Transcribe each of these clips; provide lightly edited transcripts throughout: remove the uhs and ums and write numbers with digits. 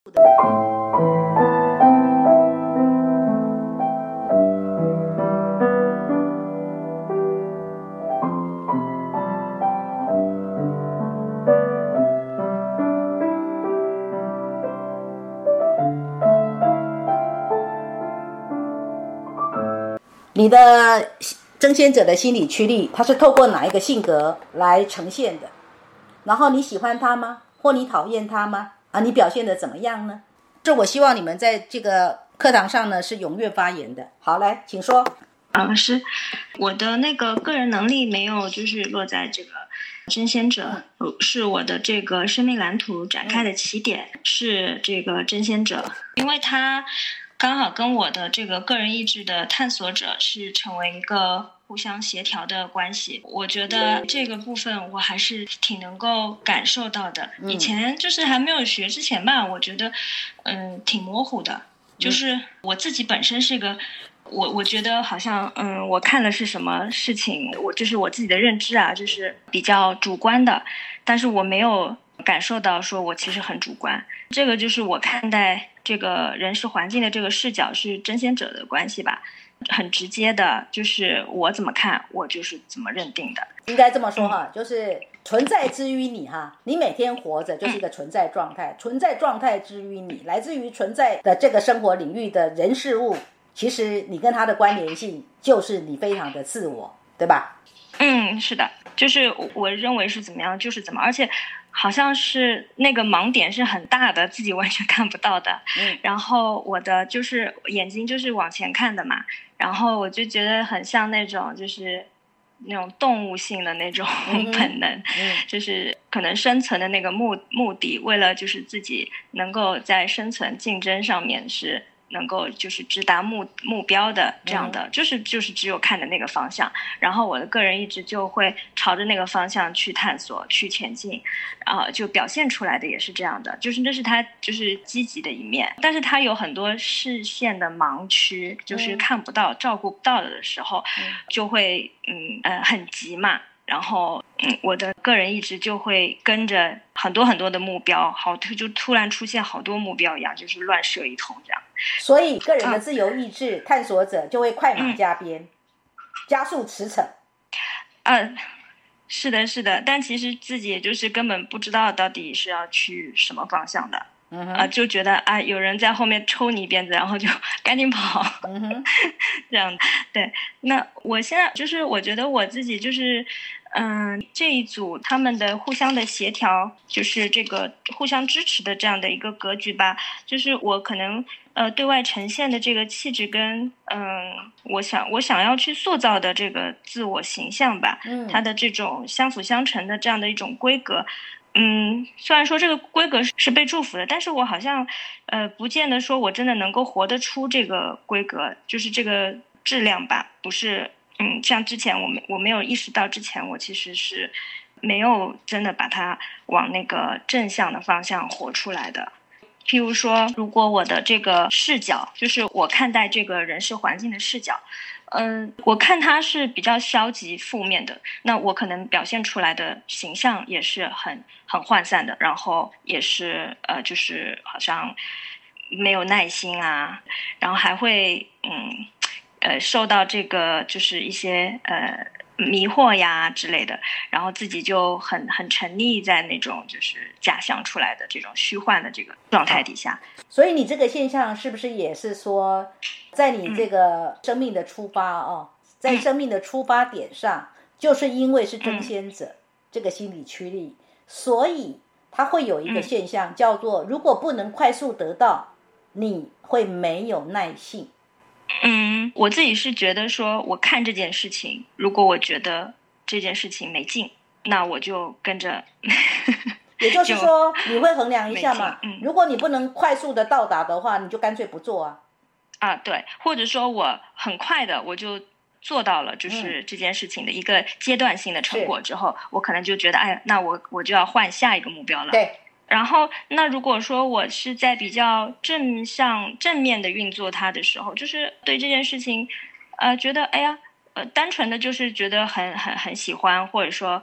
你的争先者的心理驱力，它是透过哪一个性格来呈现的？然后你喜欢他吗？或你讨厌他吗？你表现得怎么样呢？这我希望你们在这个课堂上呢是踊跃发言的。好，来，请说。 是我的那个个人能力没有就是落在这个争先者，是我的这个生命蓝图展开的起点，是这个争先者，因为他刚好跟我的这个个人意志的探索者是成为一个互相协调的关系。我觉得这个部分我还是挺能够感受到的。以前就是还没有学之前吧，我觉得挺模糊的，就是我自己本身是个我觉得好像我看的是什么事情，就是我自己的认知啊，就是比较主观的，但是我没有感受到说我其实很主观。这个就是我看待这个人事环境的这个视角是争先者的关系吧，很直接的，就是我怎么看我就是怎么认定的。 应该这么说哈，就是存在之于你哈，你每天活着就是一个存在状态，存在状态之于你，来自于存在的这个生活领域的人事物，其实你跟他的关联性就是你非常的自我，对吧？ 是的，就是我认为是怎么样就是怎么，而且好像是那个盲点是很大的，自己完全看不到的。然后我的就是眼睛就是往前看的嘛，然后我就觉得很像那种就是那种动物性的那种本能，就是可能生存的那个目的，为了就是自己能够在生存竞争上面是能够就是直达目标的这样的，就是只有看的那个方向，然后我的个人意志就会朝着那个方向去探索去前进，就表现出来的也是这样的，就是这是他就是积极的一面，但是他有很多视线的盲区，就是看不到照顾不到的时候，就会很急嘛。然后我的个人意志就会跟着很多很多的目标，就突然出现好多目标一样，就是乱射一通这样。 所以个人的自由意志探索者就会快马加鞭，加速驰骋。 是的是的，但其实自己也就是根本不知道到底是要去什么方向的。就觉得有人在后面抽你一鞭子，然后就赶紧跑。这样对。那我现在就是我觉得我自己就是这一组他们的互相的协调，就是这个互相支持的这样的一个格局吧，就是我可能对外呈现的这个气质跟我想要去塑造的这个自我形象吧，它的这种相辅相成的这样的一种规格。虽然说这个规格是被祝福的，但是我好像不见得说我真的能够活得出这个规格，就是这个质量吧，不是像之前我没有意识到，之前我其实是没有真的把它往那个正向的方向活出来的。譬如说，如果我的这个视角，就是我看待这个人事环境的视角，我看它是比较消极负面的，那我可能表现出来的形象也是很涣散的，然后也是就是好像没有耐心啊，然后还会受到这个就是一些迷惑呀之类的，然后自己就很沉溺在那种就是假象出来的这种虚幻的这个状态底下。 所以你这个现象是不是也是说，在你这个生命的出发在生命的出发点上，就是因为是争先者这个心理驱力，所以它会有一个现象叫做，如果不能快速得到，你会没有耐性。 我自己是觉得说，我看这件事情，如果我觉得这件事情没劲，那我就跟着。 也就是说，你会衡量一下嘛？如果你不能快速的到达的话，你就干脆不做啊。 对，或者说我很快的我就做到了，就是这件事情的一个阶段性的成果之后，我可能就觉得，那我就要换下一个目标了。 对。 然后，那如果说我是在比较正面的运作它的时候，就是对这件事情，觉得单纯的就是觉得很喜欢，或者说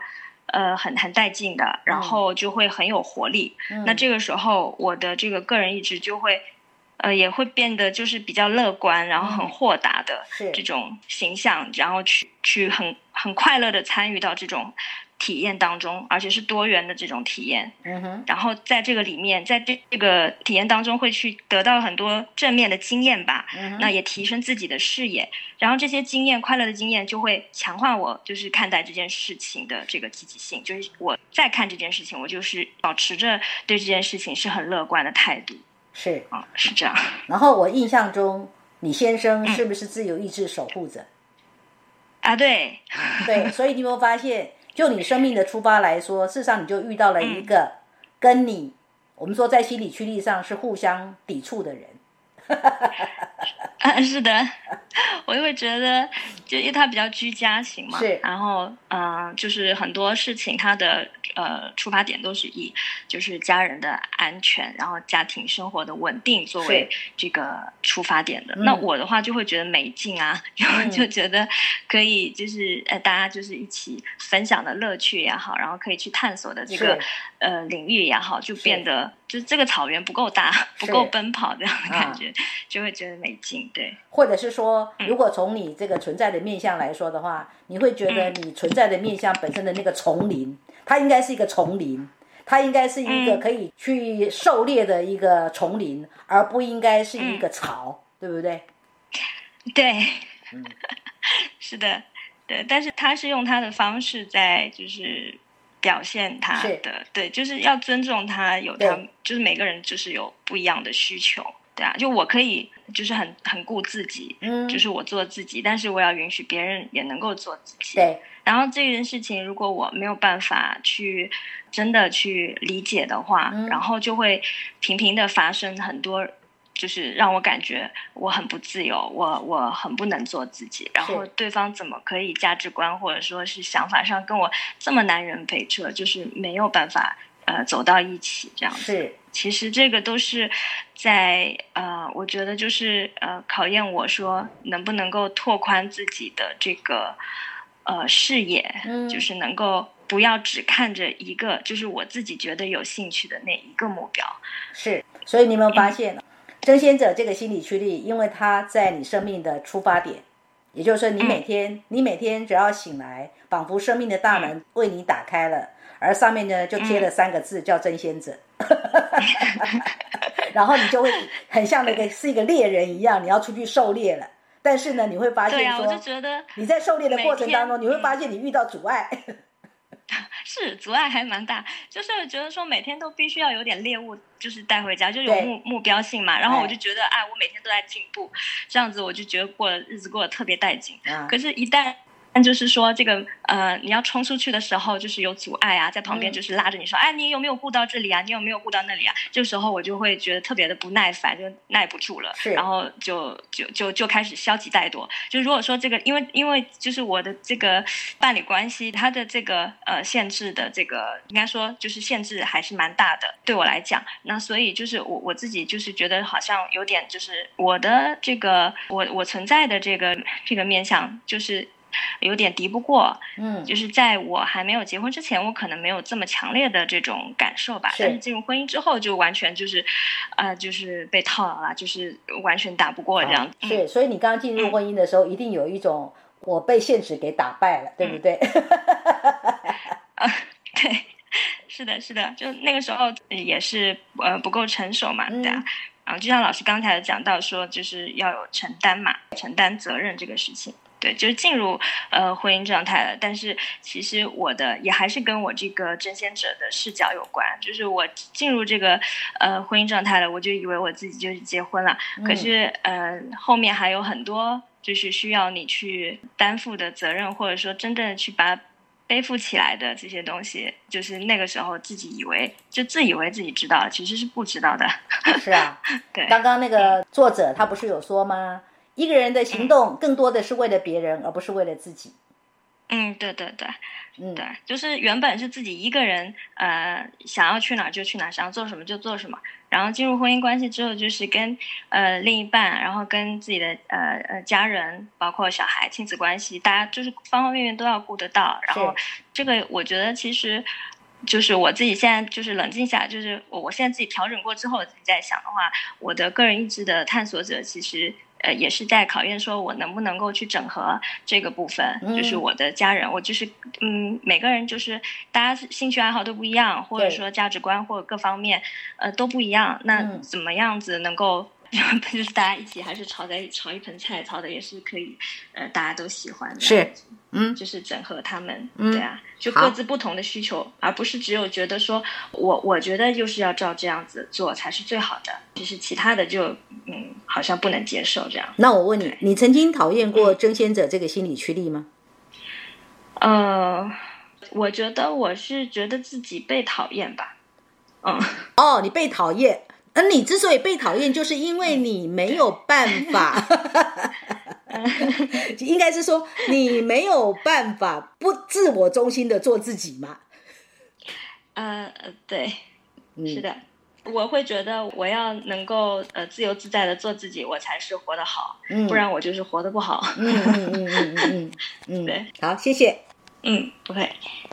很带劲的，然后就会很有活力。那这个时候我的这个个人意志就会也会变得就是比较乐观，然后很豁达的这种形象，然后去很快乐的参与到这种体验当中，而且是多元的这种体验。然后在这个里面，在这个体验当中会去得到很多正面的经验吧。那也提升自己的视野，然后这些经验，快乐的经验就会强化我就是看待这件事情的这个积极性，就是我再看这件事情，我就是保持着对这件事情是很乐观的态度。 是是这样。 然后我印象中你先生是不是自由意志守护者？ 对对，所以你有没有发现，就你生命的出发来说，事实上你就遇到了一个跟你我们说在心理驱力上是互相抵触的人。 是的，我就会觉得，就因为他比较居家型嘛，然后就是很多事情他的出发点都是以就是家人的安全，然后家庭生活的稳定作为这个出发点的。那我的话就会觉得没劲啊，然后就觉得可以就是大家就是一起分享的乐趣也好，然后可以去探索的这个领域也好，就变得就是这个草原不够大，不够奔跑这样的感觉，就会觉得没劲。对， 或者是说，如果从你这个存在的面向来说的话，你会觉得你存在的面向本身的那个丛林，它应该是一个丛林，它应该是一个可以去狩猎的一个丛林，而不应该是一个巢，对不对？ 对，是的，对，但是他是用他的方式在就是表现他的，对，就是要尊重他，有他，就是每个人就是有不一样的需求。对啊，就我可以就是很顾自己，就是我做自己，但是我要允许别人也能够做自己。 对， 然后这件事情如果我没有办法去真的去理解的话，然后就会频频的发生很多，就是让我感觉我很不自由，我很不能做自己，然后对方怎么可以价值观或者说是想法上跟我这么南辕北辙，就是没有办法走到一起这样子。 是， 其实这个都是在我觉得就是考验我说能不能够拓宽自己的这个视野，就是能够不要只看着一个就是我自己觉得有兴趣的那一个目标。 是，所以你有没有发现争先者这个心理驱力，因为它在你生命的出发点，也就是说你每天只要醒来，仿佛生命的大门为你打开了，而上面呢就贴了3个字叫争先者。然后你就会很像那个是一个猎人一样，你要出去狩猎了。但是呢，你会发现说， 我就觉得你在狩猎的过程当中，你会发现你遇到阻碍。 是阻碍还蛮大，就是觉得说每天都必须要有点猎物，就是带回家，就有目标性嘛。然后我就觉得，我每天都在进步，这样子我就觉得日子过得特别带劲。可是，一旦就是说这个你要冲出去的时候，就是有阻碍啊，在旁边就是拉着你说，你有没有顾到这里啊？你有没有顾到那里啊？这时候我就会觉得特别的不耐烦，就耐不住了，然后就开始消极怠惰。就如果说这个，因为就是我的这个伴侣关系，它的这个限制的这个应该说就是限制还是蛮大的，对我来讲。那所以就是我自己就是觉得好像有点就是我的这个我存在的这个面向就是有点敌不过，就是在我还没有结婚之前，我可能没有这么强烈的这种感受吧。但是进入婚姻之后，就完全就是，就是被套牢了，就是完全打不过这样。 是，所以你刚刚进入婚姻的时候，一定有一种我被现实给打败了，对不对？ 对，是的，是的，就那个时候也是不够成熟嘛，对啊。然后就像老师刚才讲到说，就是要有承担嘛，承担责任这个事情。对，就是进入婚姻状态了，但是其实我的也还是跟我这个争先者的视角有关，就是我进入这个婚姻状态了，我就以为我自己就是结婚了，可是后面还有很多就是需要你去担负的责任，或者说真正的去把它背负起来的这些东西，就是那个时候自以为自己知道，其实是不知道的。 是啊， 对， 刚刚那个作者他不是有说吗？一个人的行动更多的是为了别人，而不是为了自己。 对对对，对，就是原本是自己一个人，想要去哪儿就去哪儿，想要做什么就做什么。然后进入婚姻关系之后，就是跟另一半，然后跟自己的家人，包括小孩、亲子关系，大家就是方方面面都要顾得到。然后这个我觉得其实就是我自己现在就是冷静下来，就是我现在自己调整过之后，自己在想的话，我的个人意志的探索者其实。也是在考验说我能不能够去整合这个部分，就是我的家人，我就是每个人就是大家兴趣爱好都不一样，或者说价值观或者各方面都不一样，那怎么样子能够就是大家一起还是炒一盆菜，炒的也是可以大家都喜欢的， 是就是整合他们，对啊，就各自不同的需求，而不是只有觉得说我觉得就是要照这样子做才是最好的，就是其他的就好像不能接受这样。 那我问你，你曾经讨厌过争先者这个心理驱力吗？ 我觉得我是觉得自己被讨厌吧。 你被讨厌，你之所以被讨厌，就是因为你没有办法，应该是说你没有办法不自我中心的做自己嘛。 对，是的。我会觉得我要能够自由自在的做自己，我才是活得好，不然我就是活得不好。 对， 好，谢谢。 不会。